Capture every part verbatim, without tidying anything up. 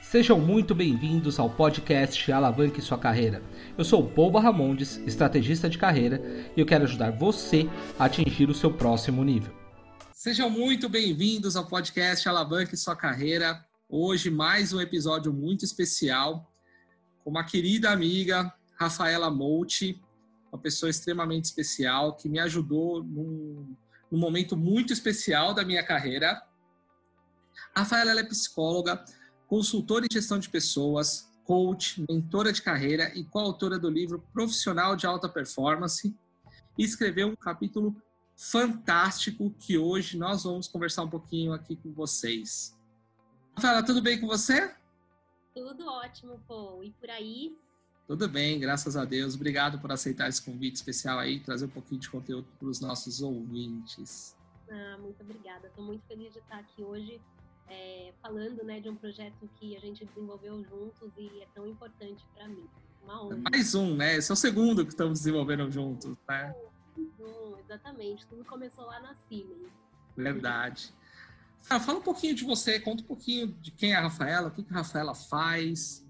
Sejam muito bem-vindos ao podcast Alavanque Sua Carreira. Eu sou o Paul Barramondes, estrategista de carreira, e eu quero ajudar você a atingir o seu próximo nível. Sejam muito bem-vindos ao podcast Alavanque Sua Carreira. Hoje, mais um episódio muito especial com uma querida amiga, Rafaela Mouti, uma pessoa extremamente especial que me ajudou num, num momento muito especial da minha carreira. A Rafaela ela é psicóloga, consultora em gestão de pessoas, coach, mentora de carreira e coautora do livro Profissional de Alta Performance, e escreveu um capítulo fantástico que hoje nós vamos conversar um pouquinho aqui com vocês. Rafaela, tudo bem com você? Tudo ótimo, Paul. E por aí? Tudo bem, graças a Deus. Obrigado por aceitar esse convite especial aí, trazer um pouquinho de conteúdo para os nossos ouvintes. Ah, muito obrigada. Estou muito feliz de estar aqui hoje. É, falando, né, de um projeto que a gente desenvolveu juntos e é tão importante para mim. Uma honra. Mais um, né? Esse é o segundo que estamos desenvolvendo juntos, né? Um, exatamente. Tudo começou lá na Siemens. Verdade. Ah, fala um pouquinho de você, conta um pouquinho de quem é a Rafaela, o que, que a Rafaela faz.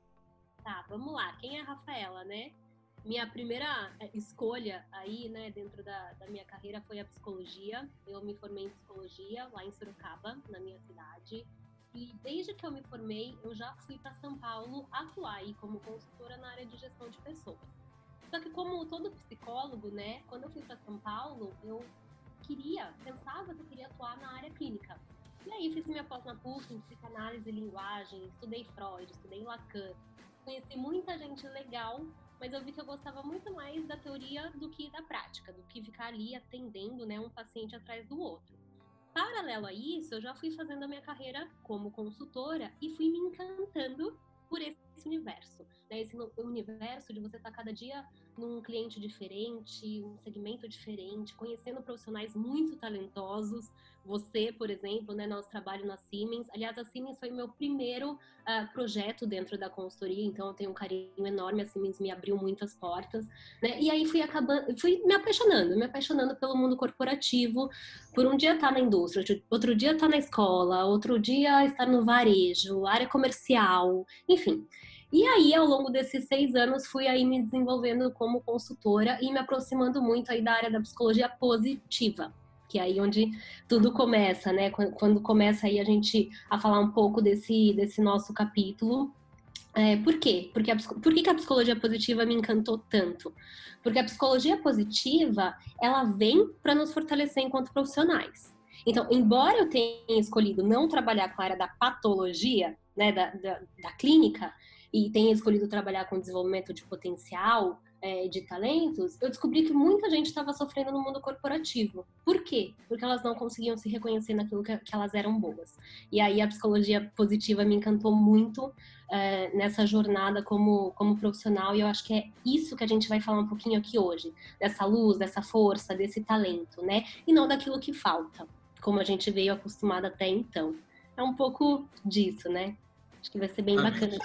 Tá, vamos lá. Quem é a Rafaela, né? Minha primeira escolha aí, né, dentro da, da minha carreira foi a psicologia. Eu me formei em psicologia lá em Sorocaba, na minha cidade. E desde que eu me formei, eu já fui para São Paulo atuar aí como consultora na área de gestão de pessoas. Só que como todo psicólogo, né, quando eu fui para São Paulo, eu queria, pensava que eu queria atuar na área clínica. E aí fiz minha pós na P U C em psicanálise e linguagem, estudei Freud, estudei Lacan. Conheci muita gente legal, mas eu vi que eu gostava muito mais da teoria do que da prática, do que ficar ali atendendo, né, um paciente atrás do outro. Paralelo a isso, eu já fui fazendo a minha carreira como consultora e fui me encantando por esse universo, né? Esse universo de você estar cada dia num cliente diferente, um segmento diferente, conhecendo profissionais muito talentosos. Você, por exemplo, né, nosso trabalho na Siemens. Aliás, a Siemens foi meu primeiro uh, projeto dentro da consultoria, então eu tenho um carinho enorme. A Siemens me abriu muitas portas, né? E aí fui acabando, fui me apaixonando, me apaixonando pelo mundo corporativo. Por um dia estar na indústria, outro dia estar na escola, outro dia estar no varejo, área comercial, enfim. E aí, ao longo desses seis anos, fui aí me desenvolvendo como consultora e me aproximando muito aí da área da psicologia positiva, que é aí onde tudo começa, né? Quando começa aí a gente a falar um pouco desse, desse nosso capítulo. É, por quê? Porque a, por que a psicologia positiva me encantou tanto? Porque a psicologia positiva, ela vem para nos fortalecer enquanto profissionais. Então, embora eu tenha escolhido não trabalhar com a área da patologia, né, da, da, da clínica, e tenha escolhido trabalhar com desenvolvimento de potencial, é, de talentos, eu descobri que muita gente estava sofrendo no mundo corporativo. Por quê? Porque elas não conseguiam se reconhecer naquilo que, que elas eram boas. E aí a psicologia positiva me encantou muito é, nessa jornada como, como profissional, e eu acho que é isso que a gente vai falar um pouquinho aqui hoje, dessa luz, dessa força, desse talento, né? E não daquilo que falta, como a gente veio acostumado até então. É um pouco disso, né? Acho que vai ser bem bacana.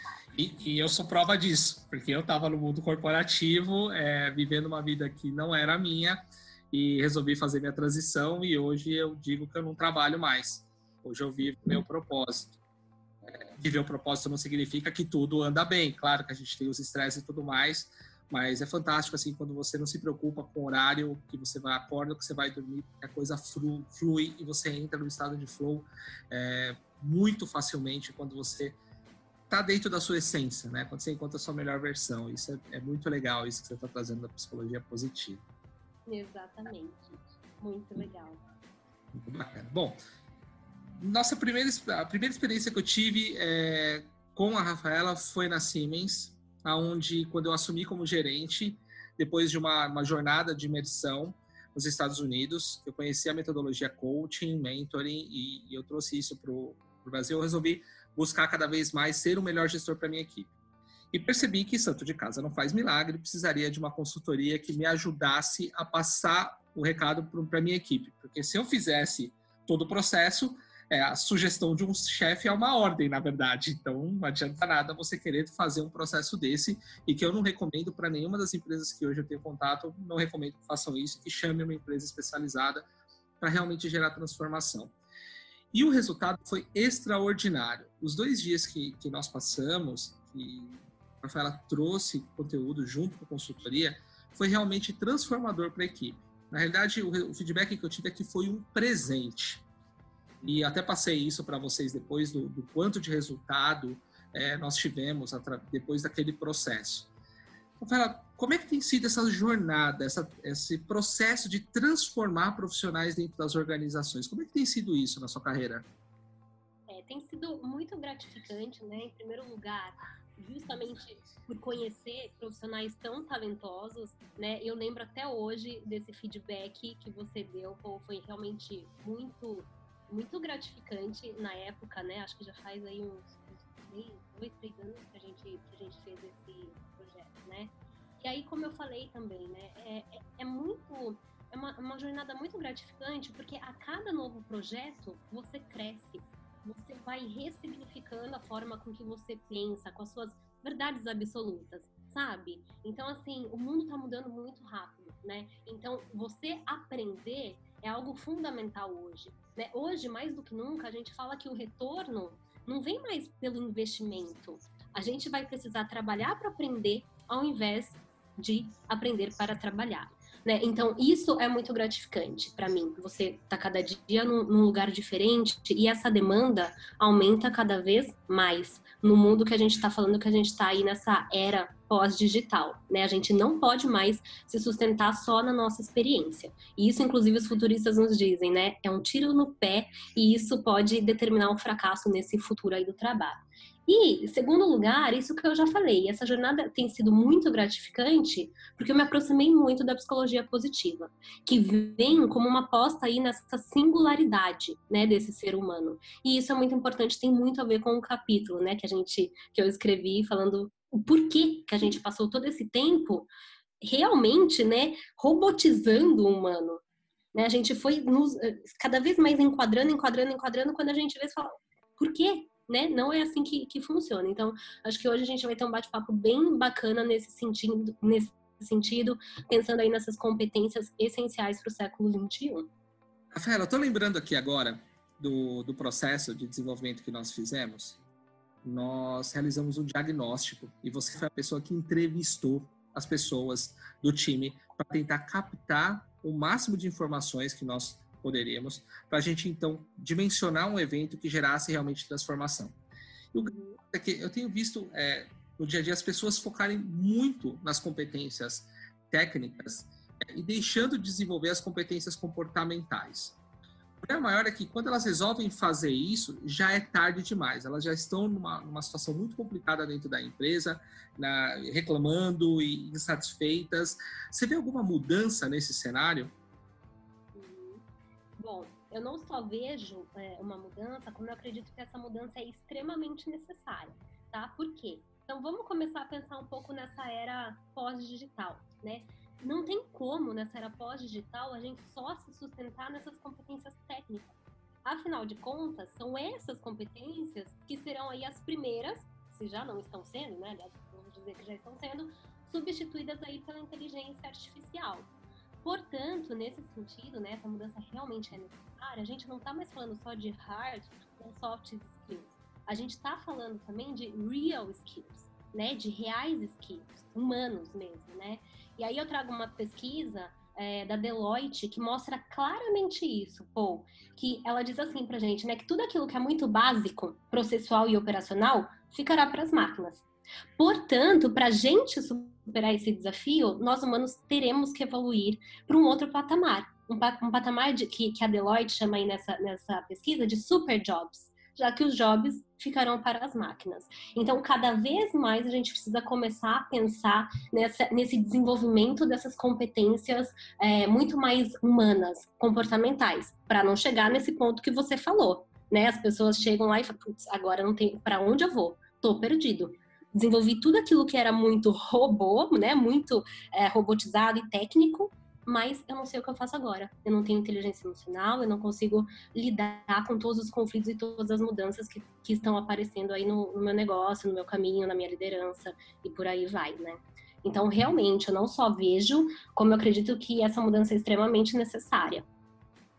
E, e eu sou prova disso, porque eu estava no mundo corporativo, é, vivendo uma vida que não era a minha, e resolvi fazer minha transição, e hoje eu digo que eu não trabalho mais. Hoje eu vivo meu propósito. É, viver o propósito não significa que tudo anda bem, claro que a gente tem os estresses e tudo mais, mas é fantástico assim quando você não se preocupa com o horário que você vai acorda, que você vai dormir, que a coisa flui, flui e você entra no estado de flow é, muito facilmente quando você está dentro da sua essência, né? Quando você encontra a sua melhor versão. Isso é, é muito legal, isso que você está trazendo da psicologia positiva. Exatamente. Muito legal. Muito bacana. Bom, nossa primeira, a primeira experiência que eu tive é, com a Rafaela foi na Siemens, onde, quando eu assumi como gerente, depois de uma, uma jornada de imersão nos Estados Unidos, eu conheci a metodologia coaching, mentoring, e, e eu trouxe isso para o Brasil. Eu resolvi buscar cada vez mais ser o melhor gestor para minha equipe. E percebi que santo de casa não faz milagre, precisaria de uma consultoria que me ajudasse a passar o recado para a minha equipe. Porque se eu fizesse todo o processo, é, a sugestão de um chefe é uma ordem, na verdade. Então, não adianta nada você querer fazer um processo desse, e que eu não recomendo para nenhuma das empresas que hoje eu tenho contato, não recomendo que façam isso, que chamem uma empresa especializada para realmente gerar transformação. E o resultado foi extraordinário. Os dois dias que, que nós passamos, que a Rafaela trouxe conteúdo junto com a consultoria, foi realmente transformador para a equipe. Na realidade, o, o feedback que eu tive é que foi um presente. E até passei isso para vocês depois do, do quanto de resultado é, nós tivemos depois daquele processo. Rafaela, como é que tem sido essa jornada, essa, esse processo de transformar profissionais dentro das organizações? Como é que tem sido isso na sua carreira? É, tem sido muito gratificante, né? Em primeiro lugar, justamente por conhecer profissionais tão talentosos, né? Eu lembro até hoje desse feedback que você deu, pô, foi realmente muito, muito gratificante na época, né? Acho que já faz aí uns, uns dois, três anos que a gente, que a gente fez esse projeto, né? E aí, como eu falei também, né? É, é, é muito, é uma, uma jornada muito gratificante, porque a cada novo projeto você cresce. Você vai ressignificando a forma com que você pensa, com as suas verdades absolutas, sabe? Então, assim, o mundo tá mudando muito rápido, né? Então, você aprender é algo fundamental hoje, né? Hoje, mais do que nunca, a gente fala que o retorno não vem mais pelo investimento. A gente vai precisar trabalhar para aprender ao invés de aprender para trabalhar. Né? Então, isso é muito gratificante para mim. Você está cada dia num, num lugar diferente e essa demanda aumenta cada vez mais no mundo que a gente está falando, que a gente está aí nessa era pós-digital. Né? A gente não pode mais se sustentar só na nossa experiência. E isso, inclusive, os futuristas nos dizem, né? É um tiro no pé e isso pode determinar um fracasso nesse futuro aí do trabalho. E, segundo lugar, isso que eu já falei, essa jornada tem sido muito gratificante porque eu me aproximei muito da psicologia positiva, que vem como uma aposta aí nessa singularidade, né, desse ser humano. E isso é muito importante, tem muito a ver com o capítulo, né, que a gente, que eu escrevi falando o porquê que a gente passou todo esse tempo realmente, né, robotizando o humano. Né? A gente foi nos, cada vez mais enquadrando, enquadrando, enquadrando, quando a gente vê e fala, por quê? Né? Não é assim que, que funciona. Então, acho que hoje a gente vai ter um bate-papo bem bacana nesse sentido, nesse sentido, pensando aí nessas competências essenciais para o século vinte e um. Rafaela, eu estou lembrando aqui agora do, do processo de desenvolvimento que nós fizemos. Nós realizamos um diagnóstico e você foi a pessoa que entrevistou as pessoas do time para tentar captar o máximo de informações que nós poderíamos, para a gente, então, dimensionar um evento que gerasse realmente transformação. E o é que eu tenho visto é, no dia a dia as pessoas focarem muito nas competências técnicas é, e deixando de desenvolver as competências comportamentais. O problema maior é que quando elas resolvem fazer isso, já é tarde demais. Elas já estão numa, numa situação muito complicada dentro da empresa, na, reclamando e insatisfeitas. Você vê alguma mudança nesse cenário? Bom, eu não só vejo é, uma mudança, como eu acredito que essa mudança é extremamente necessária, tá? Por quê? Então, vamos começar a pensar um pouco nessa era pós-digital, né? Não tem como, nessa era pós-digital, a gente só se sustentar nessas competências técnicas. Afinal de contas, são essas competências que serão aí as primeiras, se já não estão sendo, né? Aliás, vamos dizer que já estão sendo, substituídas aí pela inteligência artificial. Portanto, nesse sentido, né, essa mudança realmente é necessária. A gente não está mais falando só de hard ou soft skills. A gente está falando também de real skills, né, de reais skills, humanos mesmo, né. E aí eu trago uma pesquisa é, da Deloitte que mostra claramente isso, Paul, que ela diz assim pra gente, né, que tudo aquilo que é muito básico, processual e operacional, ficará para as máquinas. Portanto, para a gente superar esse desafio, nós humanos teremos que evoluir para um outro patamar. Um, um patamar de, que, que a Deloitte chama aí nessa, nessa pesquisa de super jobs, já que os jobs ficarão para as máquinas. Então, cada vez mais a gente precisa começar a pensar nessa, nesse desenvolvimento dessas competências é, muito mais humanas, comportamentais, para não chegar nesse ponto que você falou. Né? As pessoas chegam lá e falam, putz, agora não tem para onde eu vou, tô perdido. Desenvolvi tudo aquilo que era muito robô, né, muito é, robotizado e técnico, mas eu não sei o que eu faço agora. Eu não tenho inteligência emocional, eu não consigo lidar com todos os conflitos e todas as mudanças que, que estão aparecendo aí no, no meu negócio, no meu caminho, na minha liderança e por aí vai, né? Então, realmente, eu não só vejo, como eu acredito que essa mudança é extremamente necessária.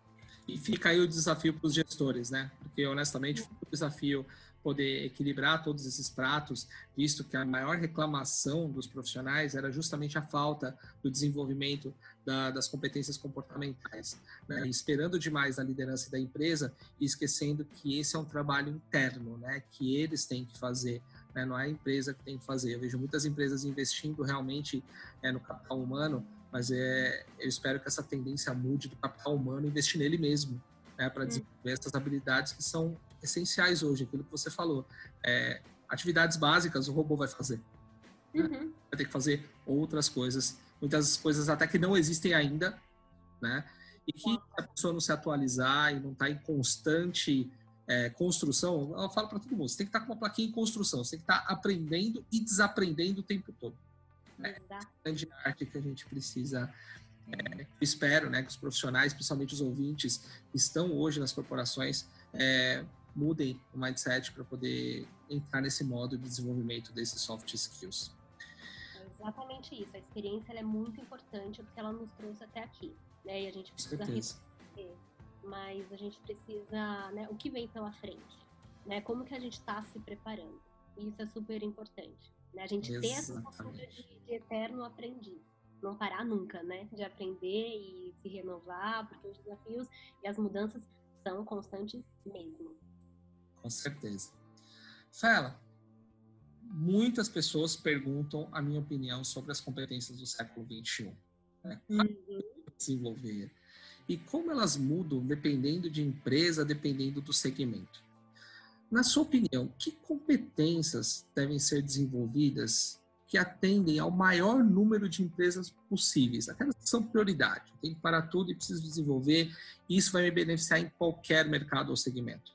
E fica aí o desafio para os gestores, né? Porque, honestamente, foi um desafio poder equilibrar todos esses pratos, visto que a maior reclamação dos profissionais era justamente a falta do desenvolvimento da, das competências comportamentais, né? Esperando demais da liderança da empresa e esquecendo que esse é um trabalho interno, né? Que eles têm que fazer, né? Não é a empresa que tem que fazer. Eu vejo muitas empresas investindo realmente é, no capital humano, mas é, eu espero que essa tendência mude do capital humano e investir nele mesmo, né? Para desenvolver essas habilidades que são essenciais hoje, aquilo que você falou. É, atividades básicas o robô vai fazer. Né? Uhum. Vai ter que fazer outras coisas, muitas coisas até que não existem ainda, né? E que se a pessoa não se atualizar e não estar tá em constante é, construção, eu falo para todo mundo, você tem que estar tá com uma plaquinha em construção, você tem que estar tá aprendendo e desaprendendo o tempo todo. Né? É a grande arte que a gente precisa. É, eu espero, né, que os profissionais, principalmente os ouvintes que estão hoje nas corporações, é, mudem o mindset para poder entrar nesse modo de desenvolvimento desses soft skills. É exatamente isso. A experiência ela é muito importante porque ela nos trouxe até aqui, né? E a gente precisa reconhecer, mas a gente precisa, né? O que vem pela frente, né? Como que a gente está se preparando? E isso é super importante, né? A gente ter essa postura de, de eterno aprendiz. Não parar nunca, né? De aprender e se renovar, porque os desafios e as mudanças são constantes mesmo. Com certeza. Fela, muitas pessoas perguntam a minha opinião sobre as competências do século vinte e um. Né? Como uhum. desenvolver? E como elas mudam dependendo de empresa, dependendo do segmento. Na sua opinião, que competências devem ser desenvolvidas que atendem ao maior número de empresas possíveis? Aquelas que são prioridade. Tem que parar tudo e preciso desenvolver. E isso vai me beneficiar em qualquer mercado ou segmento.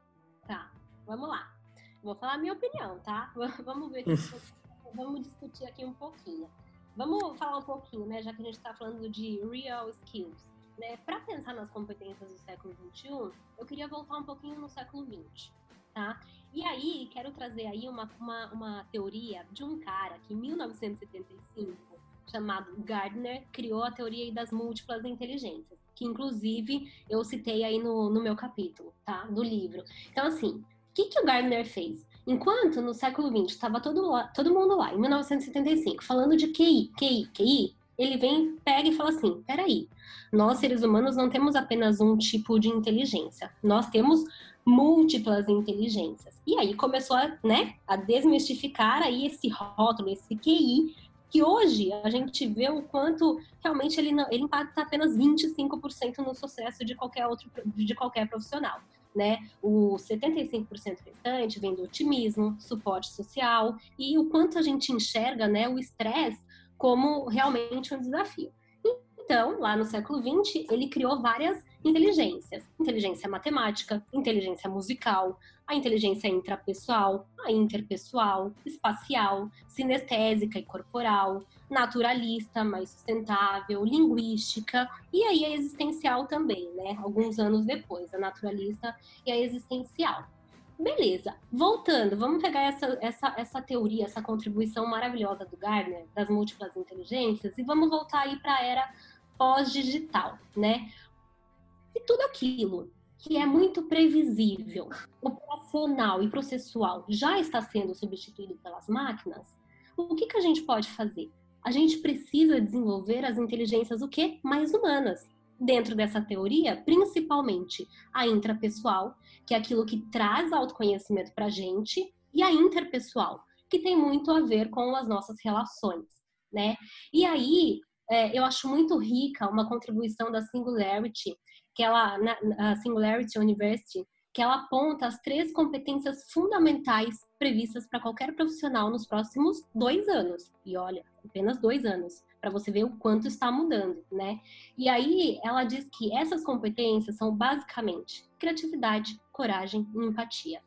Tá, vamos lá. Vou falar a minha opinião, tá? Vamos ver, vamos discutir aqui um pouquinho. Vamos falar um pouquinho, né? Já que a gente está falando de real skills, né? Para pensar nas competências do século vinte e um, eu queria voltar um pouquinho no século vinte, tá? E aí, quero trazer aí uma, uma, uma teoria de um cara que em mil novecentos e setenta e cinco, chamado Gardner, criou a teoria das múltiplas inteligências, que inclusive eu citei aí no, no meu capítulo, tá? Do livro. Então, assim, o que, que o Gardner fez? Enquanto no século vinte estava todo, todo mundo lá, em mil novecentos e setenta e cinco, falando de Q I, Q I, Q I, ele vem, pega e fala assim, peraí, nós seres humanos não temos apenas um tipo de inteligência, nós temos múltiplas inteligências. E aí começou a, né, a desmistificar aí esse rótulo, esse Q I, que hoje a gente vê o quanto realmente ele, não, ele impacta apenas vinte e cinco por cento no sucesso de qualquer outro, de qualquer profissional, né? O setenta e cinco por cento restante vem do otimismo, suporte social e o quanto a gente enxerga, né, o estresse como realmente um desafio. Então, lá no século vinte, ele criou várias inteligências. Inteligência matemática, inteligência musical, a inteligência intrapessoal, a interpessoal, espacial, sinestésica e corporal, naturalista, mais sustentável, linguística e aí a existencial também, né? Alguns anos depois, a naturalista e a existencial. Beleza, voltando, vamos pegar essa, essa, essa teoria, essa contribuição maravilhosa do Gardner, das múltiplas inteligências, e vamos voltar aí para a era pós-digital, né? E tudo aquilo que é muito previsível, operacional e processual já está sendo substituído pelas máquinas, o que, que a gente pode fazer? A gente precisa desenvolver as inteligências o quê? Mais humanas. Dentro dessa teoria, principalmente a intrapessoal, que é aquilo que traz autoconhecimento para a gente, e a interpessoal, que tem muito a ver com as nossas relações, né? E aí, é, eu acho muito rica uma contribuição da Singularity, que ela, na, a Singularity University, que ela aponta as três competências fundamentais previstas para qualquer profissional nos próximos dois anos. E olha, apenas dois anos, para você ver o quanto está mudando, né? E aí ela diz que essas competências são basicamente criatividade, coragem e empatia.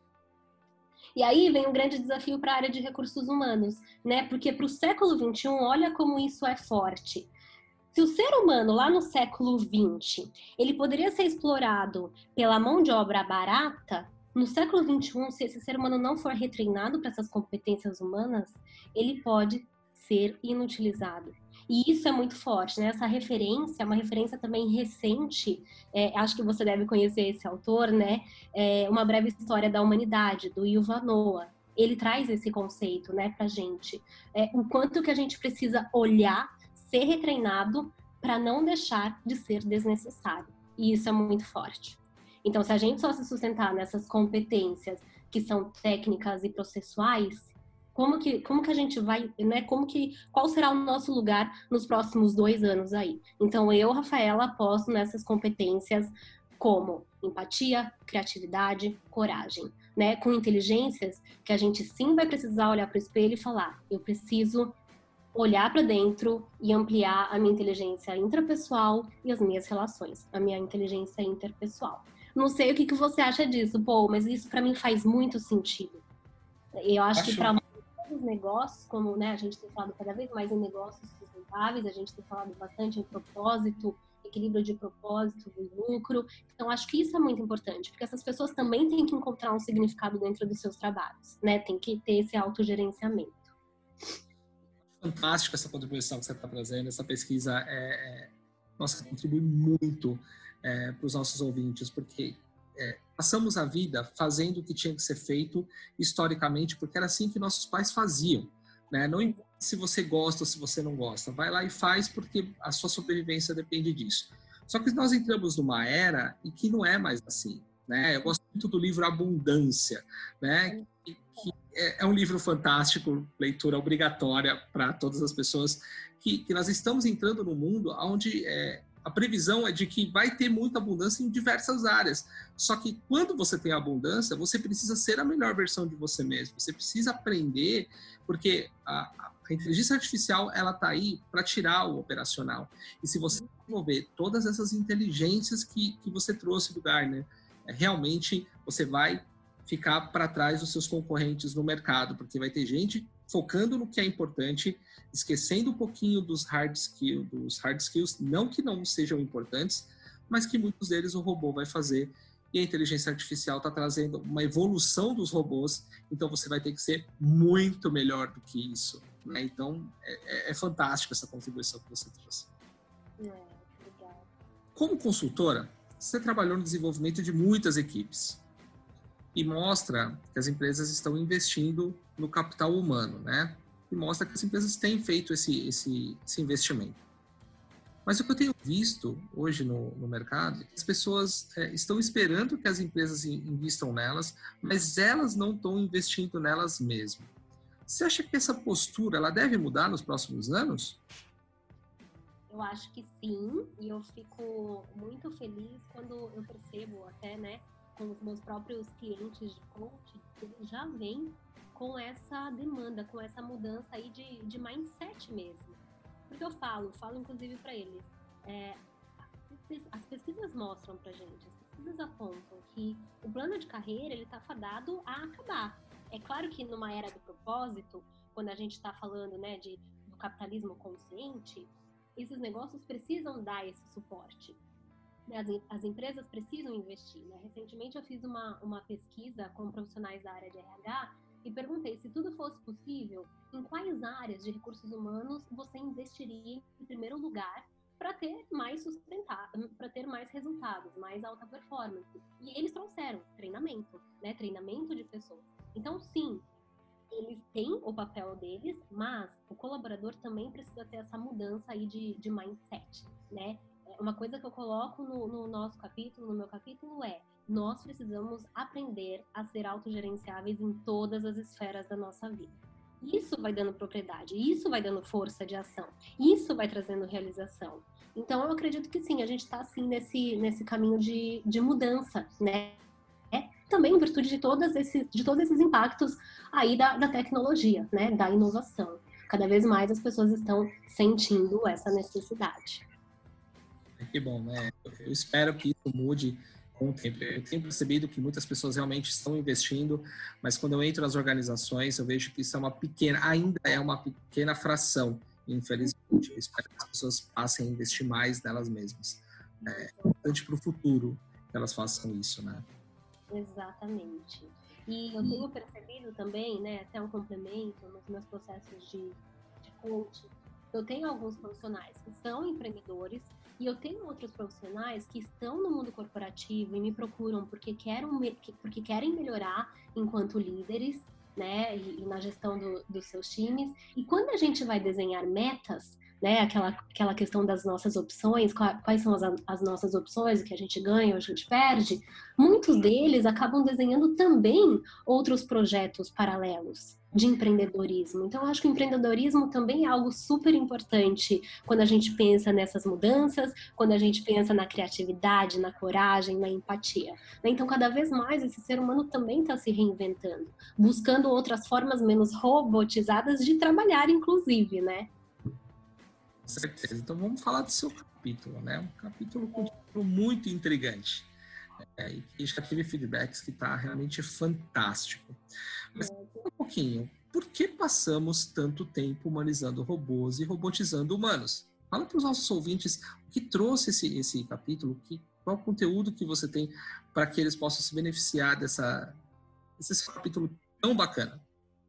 E aí vem um grande desafio para a área de recursos humanos, né? Porque para o século vinte e um, olha como isso é forte. Se o ser humano lá no século vinte, ele poderia ser explorado pela mão de obra barata, no século vinte e um, se esse ser humano não for retreinado para essas competências humanas, ele pode ser inutilizado. E isso é muito forte, né? Essa referência, uma referência também recente, é, acho que você deve conhecer esse autor, né? É Uma Breve História da Humanidade, do Yuval Noah. Ele traz esse conceito, né, pra gente. É, o quanto que a gente precisa olhar, ser retreinado para não deixar de ser desnecessário. E isso é muito forte. Então, se a gente só se sustentar nessas competências que são técnicas e processuais, como que, como que a gente vai, né? Como que, qual será o nosso lugar nos próximos dois anos aí? Então, eu, Rafaela, aposto nessas competências como empatia, criatividade, coragem, né? Com inteligências que a gente sim vai precisar olhar para o espelho e falar, eu preciso olhar para dentro e ampliar a minha inteligência intrapessoal e as minhas relações, a minha inteligência interpessoal. Não sei o que, que você acha disso, pô, mas isso para mim faz muito sentido. Eu acho, acho... que para muitos negócios, como, né, a gente tem falado cada vez mais em negócios sustentáveis, a gente tem falado bastante em propósito, equilíbrio de propósito e lucro. Então, acho que isso é muito importante, porque essas pessoas também têm que encontrar um significado dentro dos seus trabalhos, né? Tem que ter esse autogerenciamento. Fantástica essa contribuição que você está trazendo, essa pesquisa é, é, nossa, contribui muito é, para os nossos ouvintes, porque é, passamos a vida fazendo o que tinha que ser feito historicamente, porque era assim que nossos pais faziam, né? Não importa se você gosta ou se você não gosta, vai lá e faz porque a sua sobrevivência depende disso. Só que nós entramos numa era em que não é mais assim, né? Eu gosto muito do livro Abundância, né? Que, que é um livro fantástico, leitura obrigatória para todas as pessoas, que, que nós estamos entrando num mundo onde é, a previsão é de que vai ter muita abundância em diversas áreas. Só que quando você tem abundância, você precisa ser a melhor versão de você mesmo. Você precisa aprender, porque a, a inteligência artificial ela está aí para tirar o operacional. E se você desenvolver todas essas inteligências que, que você trouxe do Gartner, é, realmente você vai ficar para trás dos seus concorrentes no mercado, porque vai ter gente focando no que é importante, esquecendo um pouquinho dos hard skills, dos hard skills, não que não sejam importantes, mas que muitos deles o robô vai fazer. E a inteligência artificial está trazendo uma evolução dos robôs, então você vai ter que ser muito melhor do que isso, né? Então é, é fantástico essa contribuição que você trouxe. É, legal. Como consultora, você trabalhou no desenvolvimento de muitas equipes e mostra que as empresas estão investindo no capital humano, né? E mostra que as empresas têm feito esse, esse, esse investimento. Mas o que eu tenho visto hoje no, no mercado é que as pessoas é, estão esperando que as empresas investam nelas, mas elas não estão investindo nelas mesmas. Você acha que essa postura ela deve mudar nos próximos anos? Eu acho que sim, e eu fico muito feliz quando eu percebo até, né, com os meus próprios clientes de coaching, eles já vêm com essa demanda, com essa mudança aí de, de mindset mesmo. Porque eu falo, falo inclusive para eles, é, as pesquisas mostram pra gente, as pesquisas apontam que o plano de carreira, ele tá fadado a acabar. É claro que numa era do propósito, quando a gente está falando, né, de, do capitalismo consciente, esses negócios precisam dar esse suporte. As, as empresas precisam investir, né? Recentemente eu fiz uma, uma pesquisa com profissionais da área de R H e perguntei se tudo fosse possível, em quais áreas de recursos humanos você investiria em primeiro lugar para ter mais sustentável, para ter mais resultados, mais alta performance. E eles trouxeram treinamento, né? Treinamento de pessoas. Então, sim, eles têm o papel deles, mas o colaborador também precisa ter essa mudança aí de, de mindset, né? Uma coisa que eu coloco no, no nosso capítulo, no meu capítulo, é nós precisamos aprender a ser autogerenciáveis em todas as esferas da nossa vida. Isso vai dando propriedade, isso vai dando força de ação, isso vai trazendo realização. Então, eu acredito que sim, a gente está assim nesse, nesse caminho de, de mudança, né? Também em virtude de, todas esse, de todos esses impactos aí da, da tecnologia, né? Da inovação. Cada vez mais as pessoas estão sentindo essa necessidade. Que bom, né? Eu espero que isso mude com o tempo. Eu tenho percebido que muitas pessoas realmente estão investindo, mas quando eu entro nas organizações, eu vejo que isso é uma pequena, ainda é uma pequena fração, infelizmente. Eu espero que as pessoas passem a investir mais nelas mesmas. É importante para o futuro que elas façam isso, né? Exatamente. E eu tenho percebido também, né, até um complemento nos meus processos de, de coaching, Eu tenho alguns profissionais que são empreendedores e eu tenho outros profissionais que estão no mundo corporativo e me procuram porque querem, porque querem melhorar enquanto líderes, né, e, e na gestão do, dos seus times. E quando a gente vai desenhar metas, né, aquela, aquela questão das nossas opções, quais são as, as nossas opções, o que a gente ganha ou a gente perde, muitos deles acabam desenhando também outros projetos paralelos de empreendedorismo. Então, eu acho que o empreendedorismo também é algo super importante quando a gente pensa nessas mudanças, quando a gente pensa na criatividade, na coragem, na empatia. Então, cada vez mais, esse ser humano também está se reinventando, buscando outras formas menos robotizadas de trabalhar, inclusive, né? Certeza. Então vamos falar do seu capítulo, né? Um capítulo com um título muito intrigante. É, e que já tive feedbacks que está realmente fantástico. Mas um pouquinho, por que passamos tanto tempo humanizando robôs e robotizando humanos? Fala para os nossos ouvintes o que trouxe esse, esse capítulo, que, qual o conteúdo que você tem para que eles possam se beneficiar dessa, desse capítulo tão bacana.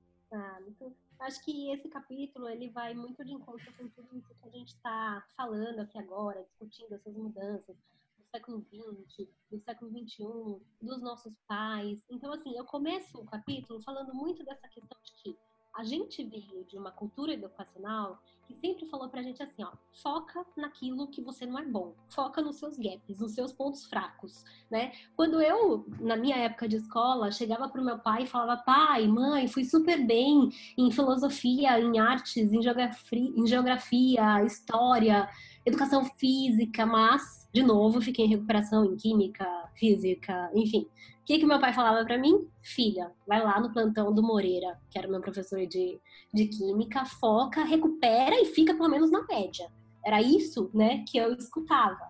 Ah, muito... Acho que esse capítulo ele vai muito de encontro com tudo isso que a gente está falando aqui agora, discutindo essas mudanças do século vinte, do século vinte e um, dos nossos pais. Então, assim, eu começo o capítulo falando muito dessa questão de que a gente veio de uma cultura educacional que sempre falou pra gente assim, ó, foca naquilo que você não é bom, foca nos seus gaps, nos seus pontos fracos, né? Quando eu, na minha época de escola, chegava pro meu pai e falava, pai, mãe, fui super bem em filosofia, em artes, em geografia, em geografia, história, educação física, mas, de novo, fiquei em recuperação em química, física, enfim. O que que meu pai falava para mim? Filha, vai lá no plantão do Moreira, que era meu professor de, de química, foca, recupera e fica pelo menos na média. Era isso, né, que eu escutava.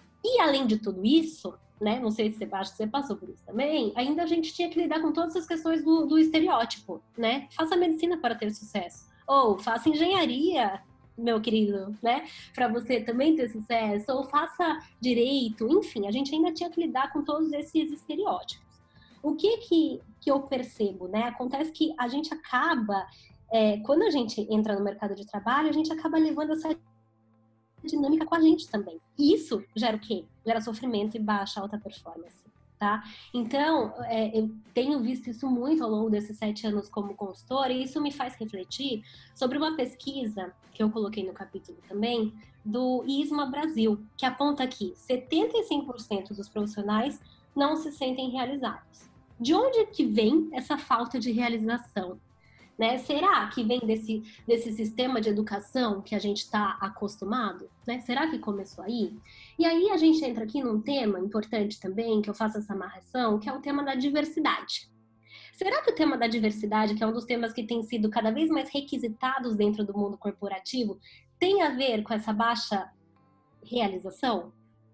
E além de tudo isso, né, não sei se você acha que você passou por isso também, ainda a gente tinha que lidar com todas as questões do, do estereótipo, né? Faça medicina para ter sucesso. Ou faça engenharia, meu querido, né? Para você também ter sucesso. Ou faça direito. Enfim, a gente ainda tinha que lidar com todos esses estereótipos. O que que, que eu percebo, né? Acontece que a gente acaba, é, quando a gente entra no mercado de trabalho, a gente acaba levando essa dinâmica com a gente também. E isso gera o quê? Gera sofrimento e baixa alta performance, tá? Então, é, eu tenho visto isso muito ao longo desses sete anos como consultora e isso me faz refletir sobre uma pesquisa que eu coloquei no capítulo também, do ISMA Brasil, que aponta que setenta e cinco por cento dos profissionais não se sentem realizados. De onde que vem essa falta de realização? Né? Será que vem desse, desse sistema de educação que a gente está acostumado? Né? Será que começou aí? E aí a gente entra aqui num tema importante também, que eu faço essa amarração, que é o tema da diversidade. Será que o tema da diversidade, que é um dos temas que tem sido cada vez mais requisitados dentro do mundo corporativo, tem a ver com essa baixa realização?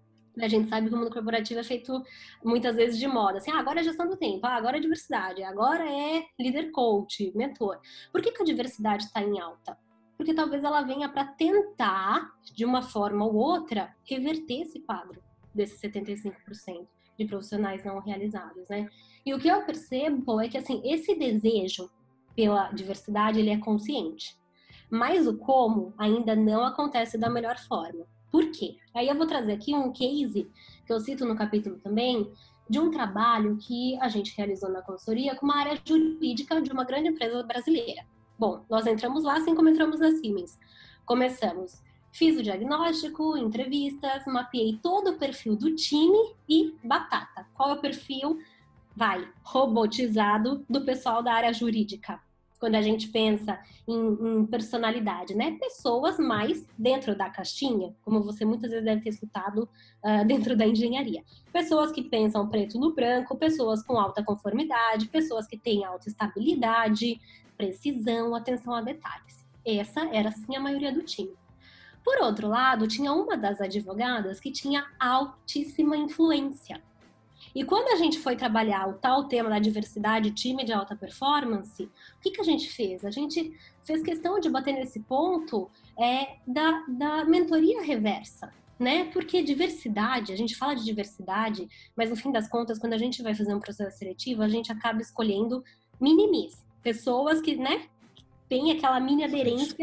A gente sabe que o mundo corporativo é feito muitas vezes de moda. Assim, ah, agora é gestão do tempo, ah, agora é diversidade, agora é líder coach, mentor. Por que que a diversidade está em alta? Porque talvez ela venha para tentar, de uma forma ou outra, reverter esse quadro desses setenta e cinco por cento de profissionais não realizados, né? E o que eu percebo é que, assim, esse desejo pela diversidade, ele é consciente. Mas o como ainda não acontece da melhor forma. Por quê? Aí eu vou trazer aqui um case, que eu cito no capítulo também, de um trabalho que a gente realizou na consultoria com uma área jurídica de uma grande empresa brasileira. Bom, nós entramos lá assim como entramos na Siemens. Começamos, fiz o diagnóstico, entrevistas, mapeei todo o perfil do time e batata. Qual é o perfil? Vai, robotizado do pessoal da área jurídica. Quando a gente pensa em, em personalidade, né? Pessoas mais dentro da caixinha, como você muitas vezes deve ter escutado uh, dentro da engenharia. Pessoas que pensam preto no branco, pessoas com alta conformidade, pessoas que têm alta estabilidade, precisão, atenção a detalhes. Essa era, sim, a maioria do time. Por outro lado, tinha uma das advogadas que tinha altíssima influência. E quando a gente foi trabalhar o tal tema da diversidade, time de alta performance, o que, que a gente fez? A gente fez questão de bater nesse ponto é, da, da mentoria reversa, né? Porque diversidade, a gente fala de diversidade, mas no fim das contas, quando a gente vai fazer um processo seletivo, a gente acaba escolhendo minimis, pessoas que, né, têm aquela mini aderência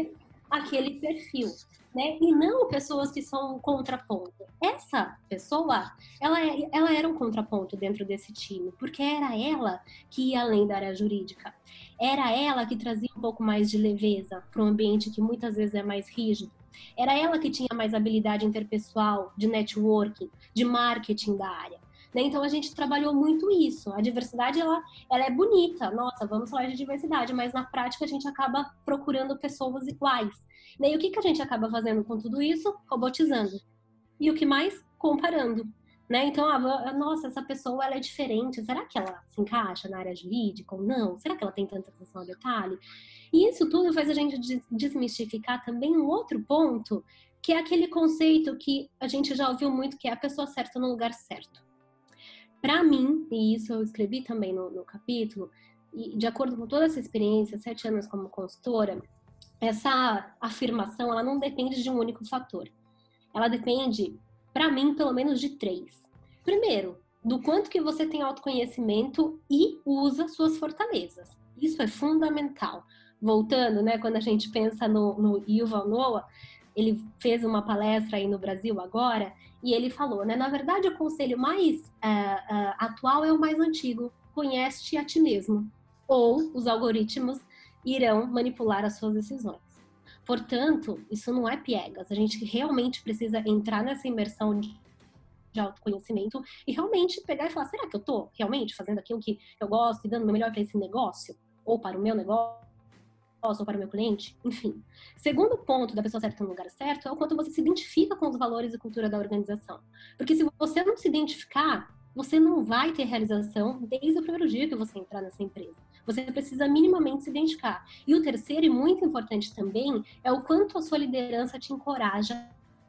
aquele perfil, né? E não pessoas que são um contraponto. Essa pessoa, ela, ela era um contraponto dentro desse time, porque era ela que ia além da área jurídica. Era ela que trazia um pouco mais de leveza para um ambiente que muitas vezes é mais rígido. Era ela que tinha mais habilidade interpessoal, de networking, de marketing da área. Né? Então, a gente trabalhou muito isso. A diversidade, ela, ela é bonita. Nossa, vamos falar de diversidade, mas na prática a gente acaba procurando pessoas iguais. Né? E o que, que a gente acaba fazendo com tudo isso? Robotizando. E o que mais? Comparando. Né? Então, ah, nossa, essa pessoa ela é diferente. Será que ela se encaixa na área jurídica ou não? Será que ela tem tanta atenção ao detalhe? E isso tudo faz a gente desmistificar também um outro ponto, que é aquele conceito que a gente já ouviu muito, que é a pessoa certa no lugar certo. Para mim, e isso eu escrevi também no, no capítulo, e de acordo com toda essa experiência, sete anos como consultora, essa afirmação, ela não depende de um único fator. Ela depende, para mim, pelo menos de três. Primeiro, do quanto que você tem autoconhecimento e usa suas fortalezas. Isso é fundamental. Voltando, né, quando a gente pensa no, no Yuval Noah, ele fez uma palestra aí no Brasil agora, e ele falou, né, na verdade o conselho mais uh, uh, atual é o mais antigo, conhece-te a ti mesmo, ou os algoritmos irão manipular as suas decisões. Portanto, isso não é piegas, a gente realmente precisa entrar nessa imersão de, de autoconhecimento e realmente pegar e falar, será que eu tô realmente fazendo aquilo que eu gosto e dando o meu melhor para esse negócio? Ou para o meu negócio? Ou para o meu cliente, enfim. Segundo ponto da pessoa certa no lugar certo é o quanto você se identifica com os valores e cultura da organização. Porque se você não se identificar, você não vai ter realização desde o primeiro dia que você entrar nessa empresa. Você precisa minimamente se identificar. E o terceiro, e muito importante também, é o quanto a sua liderança te encoraja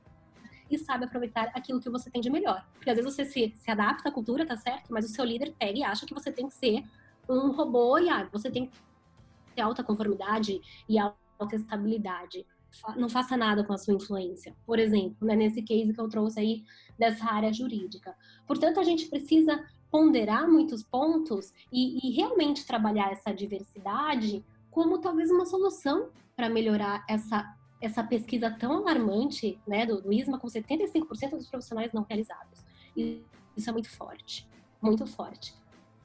e sabe aproveitar aquilo que você tem de melhor. Porque às vezes você se, se adapta à cultura, tá certo? Mas o seu líder pega e acha que você tem que ser um robô e ah, você tem que ter alta conformidade e alta estabilidade. Não faça nada com a sua influência. Por exemplo, né, nesse case que eu trouxe aí dessa área jurídica. Portanto, a gente precisa ponderar muitos pontos e, e realmente trabalhar essa diversidade como talvez uma solução para melhorar essa, essa pesquisa tão alarmante, né, do, do I S M A, com setenta e cinco por cento dos profissionais não realizados. E isso é muito forte, muito forte.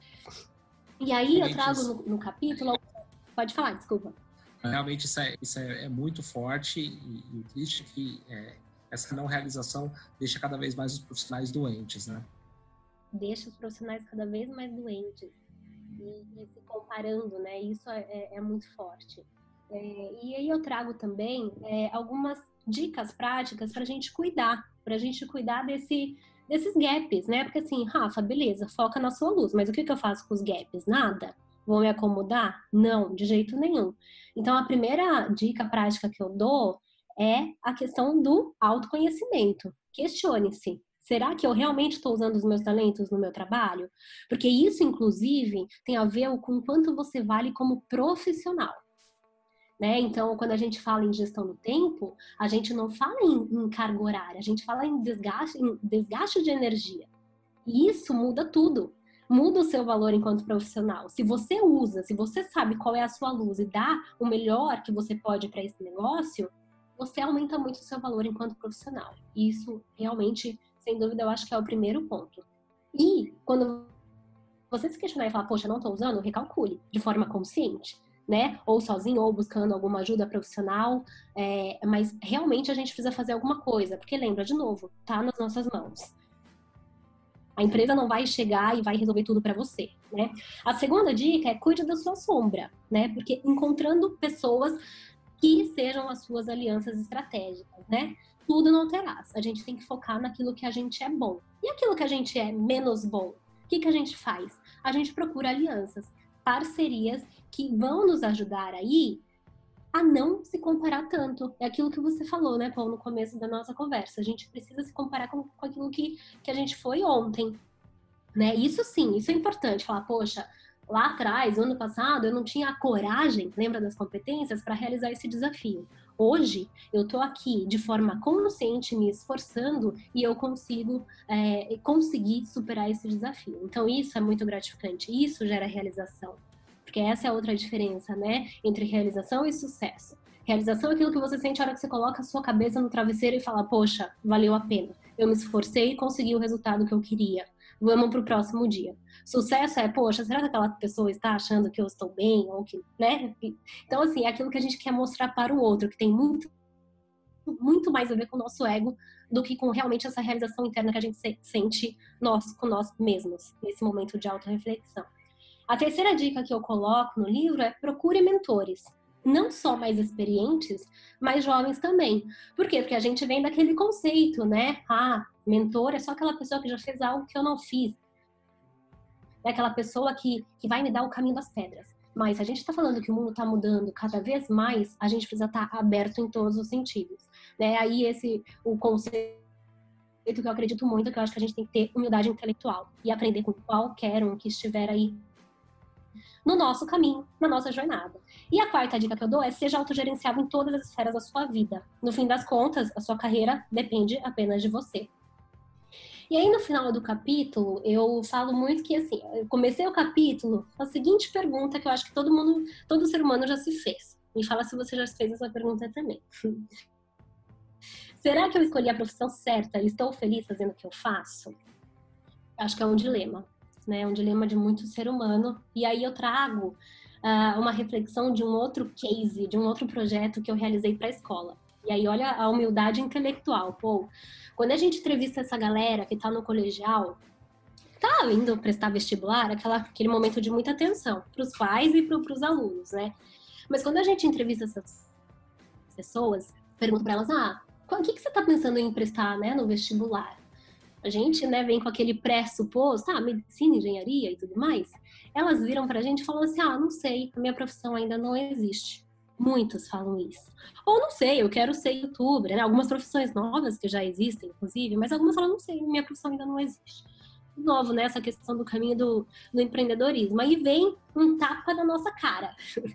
E aí eu trago no, no capítulo... Pode falar, desculpa. Realmente isso é, isso é, é muito forte e, e o triste é que é, essa não realização deixa cada vez mais os profissionais doentes, né? Deixa os profissionais cada vez mais doentes e, e se comparando, né? Isso é, é, é muito forte. É, e aí eu trago também é, algumas dicas práticas para a gente cuidar, para a gente cuidar desse, desses gaps, né? Porque assim, Rafa, beleza, foca na sua luz, mas o que, que eu faço com os gaps? Nada. Vou me acomodar? Não, de jeito nenhum. Então, a primeira dica prática que eu dou é a questão do autoconhecimento. Questione-se. Será que eu realmente estou usando os meus talentos no meu trabalho? Porque isso, inclusive, tem a ver com o quanto você vale como profissional. Né? Então, quando a gente fala em gestão do tempo, a gente não fala em, em carga horária, a gente fala em desgaste, em desgaste de energia. E isso muda tudo. Muda o seu valor enquanto profissional. Se você usa, se você sabe qual é a sua luz e dá o melhor que você pode para esse negócio, você aumenta muito o seu valor enquanto profissional. E isso realmente, sem dúvida, eu acho que é o primeiro ponto. E quando você se questionar e falar, poxa, não estou usando, recalcule de forma consciente, né? Ou sozinho, ou buscando alguma ajuda profissional. É, mas realmente a gente precisa fazer alguma coisa, porque lembra, de novo, tá nas nossas mãos. A empresa não vai chegar e vai resolver tudo para você, né? A segunda dica é cuide da sua sombra, né? Porque encontrando pessoas que sejam as suas alianças estratégicas, né? Tudo não terás. A gente tem que focar naquilo que a gente é bom. E aquilo que a gente é menos bom? O que, que a gente faz? A gente procura alianças, parcerias que vão nos ajudar aí a não se comparar tanto. É aquilo que você falou, né, Paulo, no começo da nossa conversa. A gente precisa se comparar com, com aquilo que, que a gente foi ontem, né? Isso sim, isso é importante. Falar, poxa, lá atrás, ano passado, eu não tinha a coragem, lembra das competências, para realizar esse desafio. Hoje, eu tô aqui de forma consciente, me esforçando, e eu consigo é, conseguir superar esse desafio. Então, isso é muito gratificante. Isso gera realização. Porque essa é outra diferença, né? Entre realização e sucesso. Realização é aquilo que você sente a hora que você coloca a sua cabeça no travesseiro e fala, poxa, valeu a pena. Eu me esforcei e consegui o resultado que eu queria. Vamos pro próximo dia. Sucesso é, poxa, será que aquela pessoa está achando que eu estou bem? Ou que, né? Então, assim, é aquilo que a gente quer mostrar para o outro, que tem muito, muito mais a ver com o nosso ego do que com realmente essa realização interna que a gente sente nós, com nós mesmos, nesse momento de autorreflexão. A terceira dica que eu coloco no livro é procure mentores. Não só mais experientes, mas jovens também. Por quê? Porque a gente vem daquele conceito, né? Ah, mentor é só aquela pessoa que já fez algo que eu não fiz. É aquela pessoa que, que vai me dar o caminho das pedras. Mas se a gente está falando que o mundo está mudando cada vez mais, a gente precisa estar tá aberto em todos os sentidos. Né? Aí esse, o conceito que eu acredito muito, que eu acho que a gente tem que ter humildade intelectual e aprender com qualquer um que estiver aí no nosso caminho, na nossa jornada. E a quarta dica que eu dou é seja autogerenciável em todas as esferas da sua vida. No fim das contas, a sua carreira depende apenas de você. E aí, no final do capítulo, eu falo muito que, assim, eu comecei o capítulo com a seguinte pergunta que eu acho que todo mundo, todo ser humano já se fez. Me fala se você já fez essa pergunta também. Será que eu escolhi a profissão certa e estou feliz fazendo o que eu faço? Acho que é um dilema. Né, um dilema de muito ser humano. E aí eu trago uh, uma reflexão de um outro case, de um outro projeto que eu realizei para a escola. E aí olha a humildade intelectual. Pô, quando a gente entrevista essa galera que está no colegial, tá indo prestar vestibular, aquela, aquele momento de muita atenção para os pais e para os alunos, né? Mas quando a gente entrevista essas pessoas, pergunta para elas, ah, o que, que você está pensando em prestar, né, no vestibular? A gente, né, vem com aquele pressuposto, ah, medicina, engenharia e tudo mais. Elas viram pra gente e falaram assim, ah, não sei, a minha profissão ainda não existe. Muitos falam isso. Ou não sei, eu quero ser youtuber, né? Algumas profissões novas que já existem, inclusive, mas algumas falam, não sei, minha profissão ainda não existe. De novo, né, essa questão do caminho do, do empreendedorismo. Aí vem um tapa na nossa cara.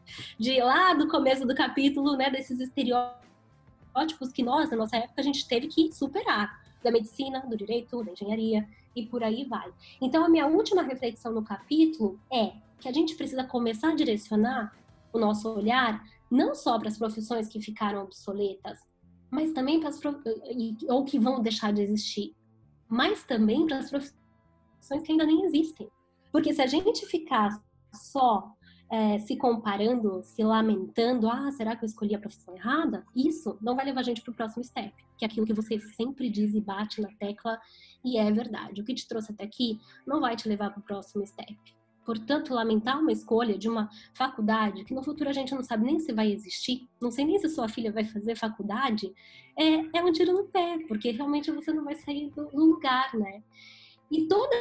De lá do começo do capítulo, né, desses estereótipos que nós, na nossa época, a gente teve que superar. Da medicina, do direito, da engenharia e por aí vai. Então, a minha última reflexão no capítulo é que a gente precisa começar a direcionar o nosso olhar não só para as profissões que ficaram obsoletas, mas também para as prof... ou que vão deixar de existir, mas também para as profissões que ainda nem existem. Porque se a gente ficar só É, se comparando, se lamentando, ah, será que eu escolhi a profissão errada? Isso não vai levar a gente para o próximo step, que é aquilo que você sempre diz e bate na tecla, e é verdade. O que te trouxe até aqui não vai te levar para o próximo step. Portanto, lamentar uma escolha de uma faculdade, que no futuro a gente não sabe nem se vai existir, não sei nem se sua filha vai fazer faculdade, é, é um tiro no pé, porque realmente você não vai sair do, do lugar, né? E toda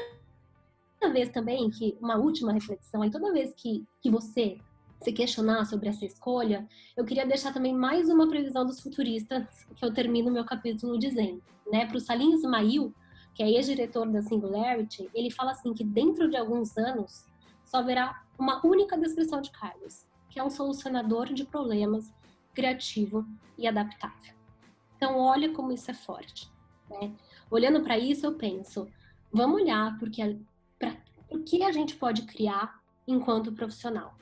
Toda vez também que, uma última reflexão, aí toda vez que, que você se questionar sobre essa escolha, eu queria deixar também mais uma previsão dos futuristas, que eu termino meu capítulo dizendo, né? Para o Salim Ismail, que é ex-diretor da Singularity, ele fala assim que dentro de alguns anos só haverá uma única descrição de cargos, que é um solucionador de problemas, criativo e adaptável. Então, olha como isso é forte, né? Olhando para isso, eu penso, vamos olhar porque a Pra, o que a gente pode criar enquanto profissional.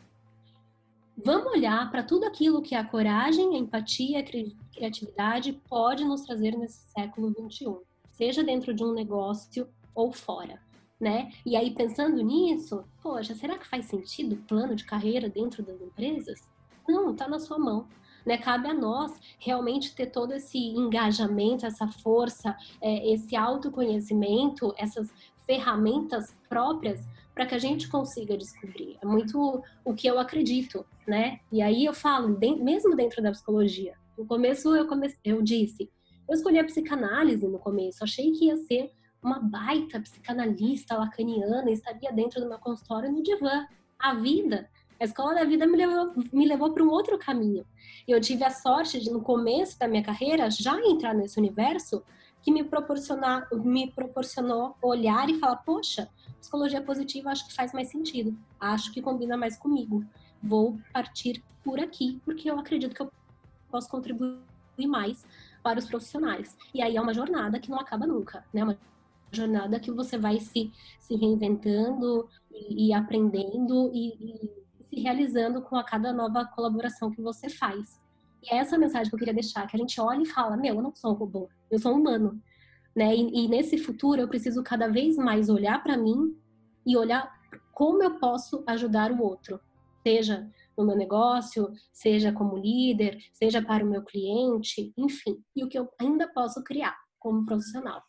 Vamos olhar para tudo aquilo que a coragem, a empatia, a cri- criatividade pode nos trazer nesse século vinte e um, seja dentro de um negócio ou fora, né? E aí, pensando nisso, poxa, será que faz sentido plano de carreira dentro das empresas? Não, está na sua mão. Né? Cabe a nós realmente ter todo esse engajamento, essa força, é, esse autoconhecimento, essas ferramentas próprias para que a gente consiga descobrir. É muito o que eu acredito, né? E aí eu falo, mesmo dentro da psicologia, no começo eu, come... eu disse, eu escolhi a psicanálise no começo, achei que ia ser uma baita psicanalista lacaniana, estaria dentro do meu consultório no divã. A vida, a escola da vida me levou, me levou para um outro caminho. E eu tive a sorte de, no começo da minha carreira, já entrar nesse universo que me, proporcionar, me proporcionou olhar e falar, poxa, psicologia positiva acho que faz mais sentido, acho que combina mais comigo, vou partir por aqui, porque eu acredito que eu posso contribuir mais para os profissionais. E aí é uma jornada que não acaba nunca, né? Uma jornada que você vai se, se reinventando e, e aprendendo e, e se realizando com a cada nova colaboração que você faz. E é essa a mensagem que eu queria deixar, que a gente olha e fala, meu, eu não sou um robô, eu sou um humano, né? E, e nesse futuro eu preciso cada vez mais olhar para mim e olhar como eu posso ajudar o outro, seja no meu negócio, seja como líder, seja para o meu cliente, enfim, e o que eu ainda posso criar como profissional.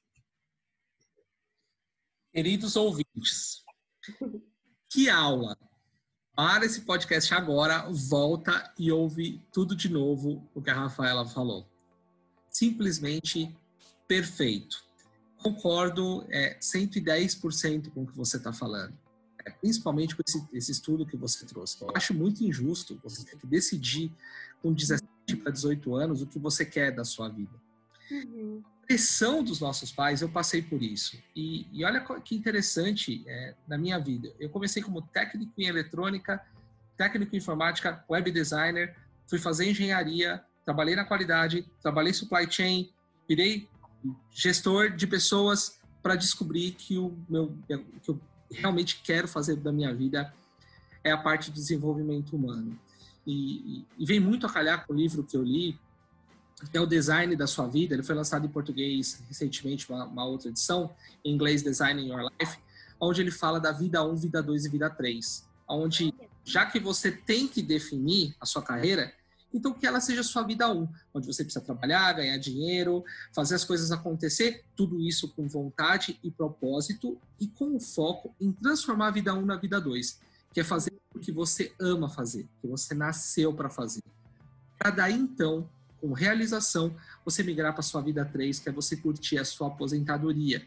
Queridos ouvintes, que aula! Para esse podcast agora, volta e ouve tudo de novo o que a Rafaela falou. Simplesmente perfeito. Concordo é, cento e dez por cento com o que você está falando. É, principalmente com esse, esse estudo que você trouxe. Eu acho muito injusto você ter que decidir com dezessete para dezoito anos o que você quer da sua vida. Uhum. A pressão dos nossos pais, eu passei por isso. E, e olha que interessante é, na minha vida. Eu comecei como técnico em eletrônica, técnico em informática, web designer, fui fazer engenharia, trabalhei na qualidade, trabalhei supply chain, virei gestor de pessoas para descobrir que o meu, que eu realmente quero fazer da minha vida é a parte de desenvolvimento humano. E, e, e vem muito a calhar com o livro que eu li, que é o Design da Sua Vida. Ele foi lançado em português recentemente, uma, uma outra edição, em inglês, Design in Your Life, onde ele fala da vida um, vida dois e vida três. Onde, já que você tem que definir a sua carreira, então que ela seja a sua vida um, onde você precisa trabalhar, ganhar dinheiro, fazer as coisas acontecer, tudo isso com vontade e propósito e com o foco em transformar a vida um na vida dois, que é fazer o que você ama fazer, que você nasceu para fazer. Para daí, então, com realização, você migrar para a sua vida três, que é você curtir a sua aposentadoria.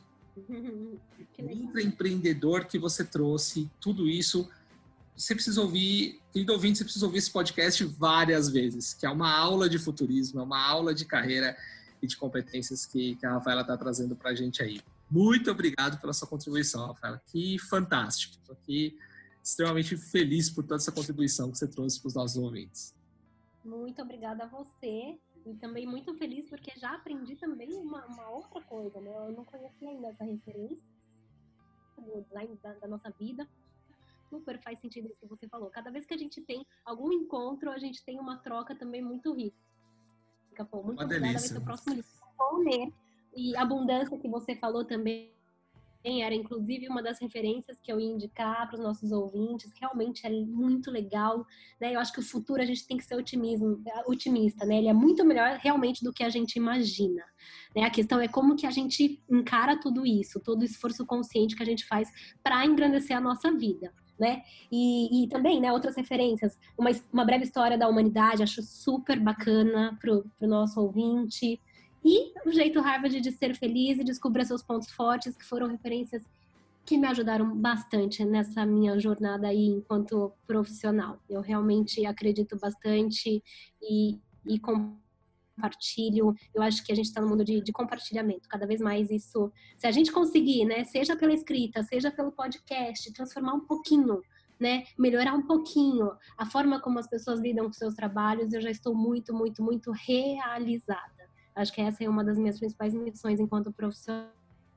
O intraempreendedor que você trouxe, tudo isso, você precisa ouvir, querido ouvinte, você precisa ouvir esse podcast várias vezes, que é uma aula de futurismo, é uma aula de carreira e de competências que, que a Rafaela está trazendo para a gente aí. Muito obrigado pela sua contribuição, Rafaela. Que fantástico. Estou aqui extremamente feliz por toda essa contribuição que você trouxe para os nossos ouvintes. Muito obrigada a você e também muito feliz porque já aprendi também uma, uma outra coisa, né? Eu não conhecia ainda essa referência do design da, da nossa vida. Super faz sentido isso que você falou. Cada vez que a gente tem algum encontro, a gente tem uma troca também muito rica. Pô, muito uma obrigada, delícia. Vai ser o próximo livro. Vou ler. E a abundância que você falou também era inclusive uma das referências que eu ia indicar para os nossos ouvintes. Realmente é muito legal, né? Eu acho que o futuro a gente tem que ser otimismo, otimista, né? Ele é muito melhor realmente do que a gente imagina, né? A questão é como que a gente encara tudo isso, todo o esforço consciente que a gente faz para engrandecer a nossa vida, né? E, e também, né, outras referências, uma, uma breve história da humanidade, acho super bacana para o nosso ouvinte. E o jeito Harvard de ser feliz e descobrir seus pontos fortes, que foram referências que me ajudaram bastante nessa minha jornada aí enquanto profissional. Eu realmente acredito bastante e, e compartilho. Eu acho que a gente está no mundo de, de compartilhamento. Cada vez mais isso, se a gente conseguir, né, seja pela escrita, seja pelo podcast, transformar um pouquinho, né, melhorar um pouquinho a forma como as pessoas lidam com seus trabalhos, eu já estou muito, muito, muito realizada. Acho que essa é uma das minhas principais missões enquanto profissional.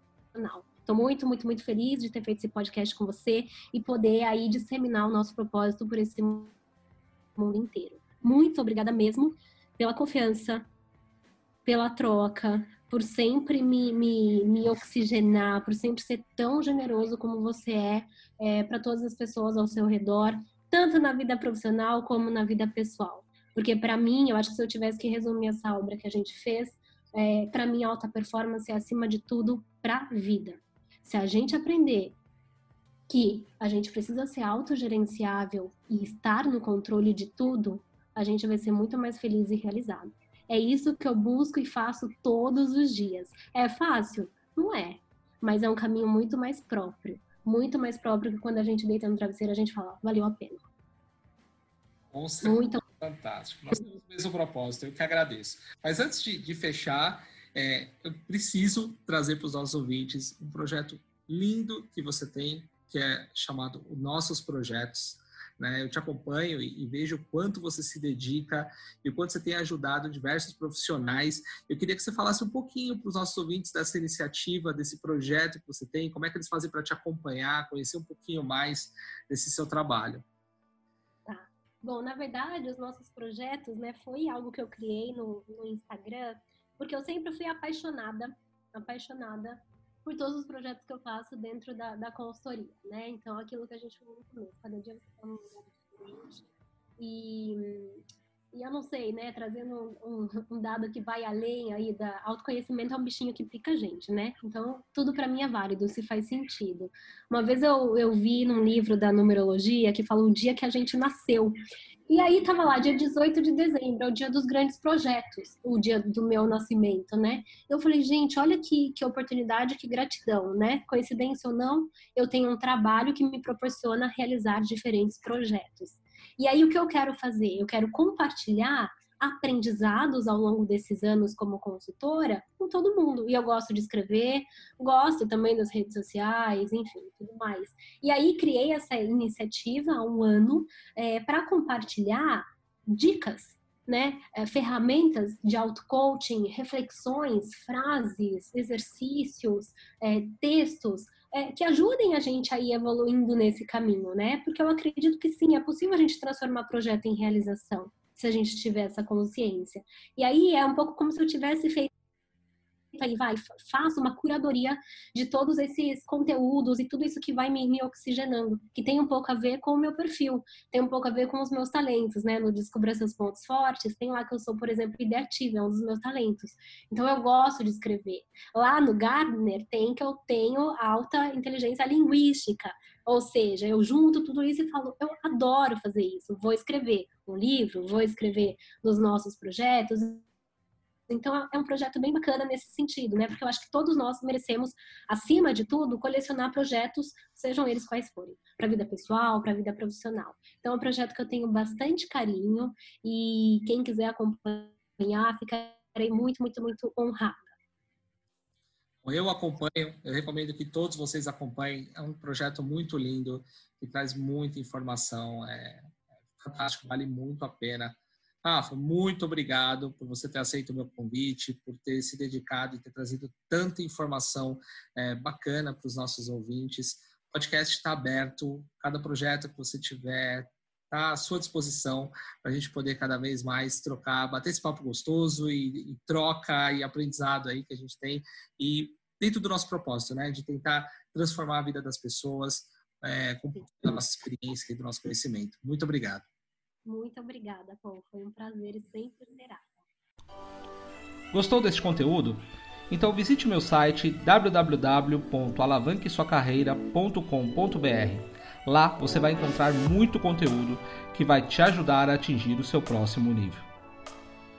Estou muito, muito, muito feliz de ter feito esse podcast com você e poder aí disseminar o nosso propósito por esse mundo inteiro. Muito obrigada mesmo pela confiança, pela troca, por sempre me, me, me oxigenar, por sempre ser tão generoso como você é, é para todas as pessoas ao seu redor, tanto na vida profissional como na vida pessoal. Porque para mim, eu acho que se eu tivesse que resumir essa obra que a gente fez, é, para mim, alta performance é, acima de tudo, para a vida. Se a gente aprender que a gente precisa ser autogerenciável e estar no controle de tudo, a gente vai ser muito mais feliz e realizado. É isso que eu busco e faço todos os dias. É fácil? Não é. Mas é um caminho muito mais próprio. Muito mais próprio que quando a gente deita no travesseiro, a gente fala, valeu a pena. Com certeza. Muito fantástico. Nós temos o mesmo propósito, eu que agradeço. Mas antes de, de fechar, é, eu preciso trazer para os nossos ouvintes um projeto lindo que você tem, que é chamado Os Nossos Projetos. Né? Eu te acompanho e, e vejo o quanto você se dedica e o quanto você tem ajudado diversos profissionais. Eu queria que você falasse um pouquinho para os nossos ouvintes dessa iniciativa, desse projeto que você tem, como é que eles fazem para te acompanhar, conhecer um pouquinho mais desse seu trabalho. Tá. Bom, na verdade, os nossos projetos, né, foi algo que eu criei no, no Instagram, porque eu sempre fui apaixonada, apaixonada por todos os projetos que eu faço dentro da, da consultoria, né? Então, aquilo que a gente falou no começo, cada dia você está num lugar diferente. E, e eu não sei, né? Trazendo um, um dado que vai além aí da autoconhecimento, é um bichinho que pica a gente, né? Então, tudo para mim é válido, se faz sentido. Uma vez eu, eu vi num livro da numerologia que fala o dia que a gente nasceu. E aí tava lá, dia dezoito de dezembro, é o dia dos grandes projetos, o dia do meu nascimento, né? Eu falei, gente, olha que, que oportunidade, que gratidão, né? Coincidência ou não, eu tenho um trabalho que me proporciona realizar diferentes projetos. E aí o que eu quero fazer? Eu quero compartilhar aprendizados ao longo desses anos como consultora com todo mundo. E eu gosto de escrever, gosto também das redes sociais, enfim, tudo mais. E aí criei essa iniciativa há um ano é, para compartilhar dicas, né? É, ferramentas de auto-coaching, reflexões, frases, exercícios, é, textos, É, que ajudem a gente a ir evoluindo nesse caminho, né? Porque eu acredito que sim, é possível a gente transformar projeto em realização, se a gente tiver essa consciência. E aí é um pouco como se eu tivesse feito aí, vai, faça uma curadoria de todos esses conteúdos e tudo isso que vai me, me oxigenando, que tem um pouco a ver com o meu perfil, tem um pouco a ver com os meus talentos, né? No Descubra Seus Pontos Fortes, tem lá que eu sou, por exemplo, ideativa, é um dos meus talentos. Então, eu gosto de escrever. Lá no Gardner tem que eu tenho alta inteligência linguística, ou seja, eu junto tudo isso e falo, eu adoro fazer isso, vou escrever um livro, vou escrever nos nossos projetos. Então, é um projeto bem bacana nesse sentido, né? Porque eu acho que todos nós merecemos, acima de tudo, colecionar projetos, sejam eles quais forem, para a vida pessoal, para a vida profissional. Então, é um projeto que eu tenho bastante carinho e quem quiser acompanhar, ficarei muito, muito, muito honrada. Eu acompanho, eu recomendo que todos vocês acompanhem. É um projeto muito lindo, que traz muita informação, é fantástico, vale muito a pena. Rafa, muito obrigado por você ter aceito o meu convite, por ter se dedicado e ter trazido tanta informação é, bacana para os nossos ouvintes. O podcast está aberto, cada projeto que você tiver está à sua disposição para a gente poder cada vez mais trocar, bater esse papo gostoso e, e troca e aprendizado aí que a gente tem. E dentro do nosso propósito, né, de tentar transformar a vida das pessoas é, com a nossa experiência e do nosso conhecimento. Muito obrigado. Muito obrigada, Paulo. Foi um prazer e sempre será. Gostou deste conteúdo? Então visite meu site w w w ponto alavanque sua carreira ponto com ponto b r. Lá você vai encontrar muito conteúdo que vai te ajudar a atingir o seu próximo nível.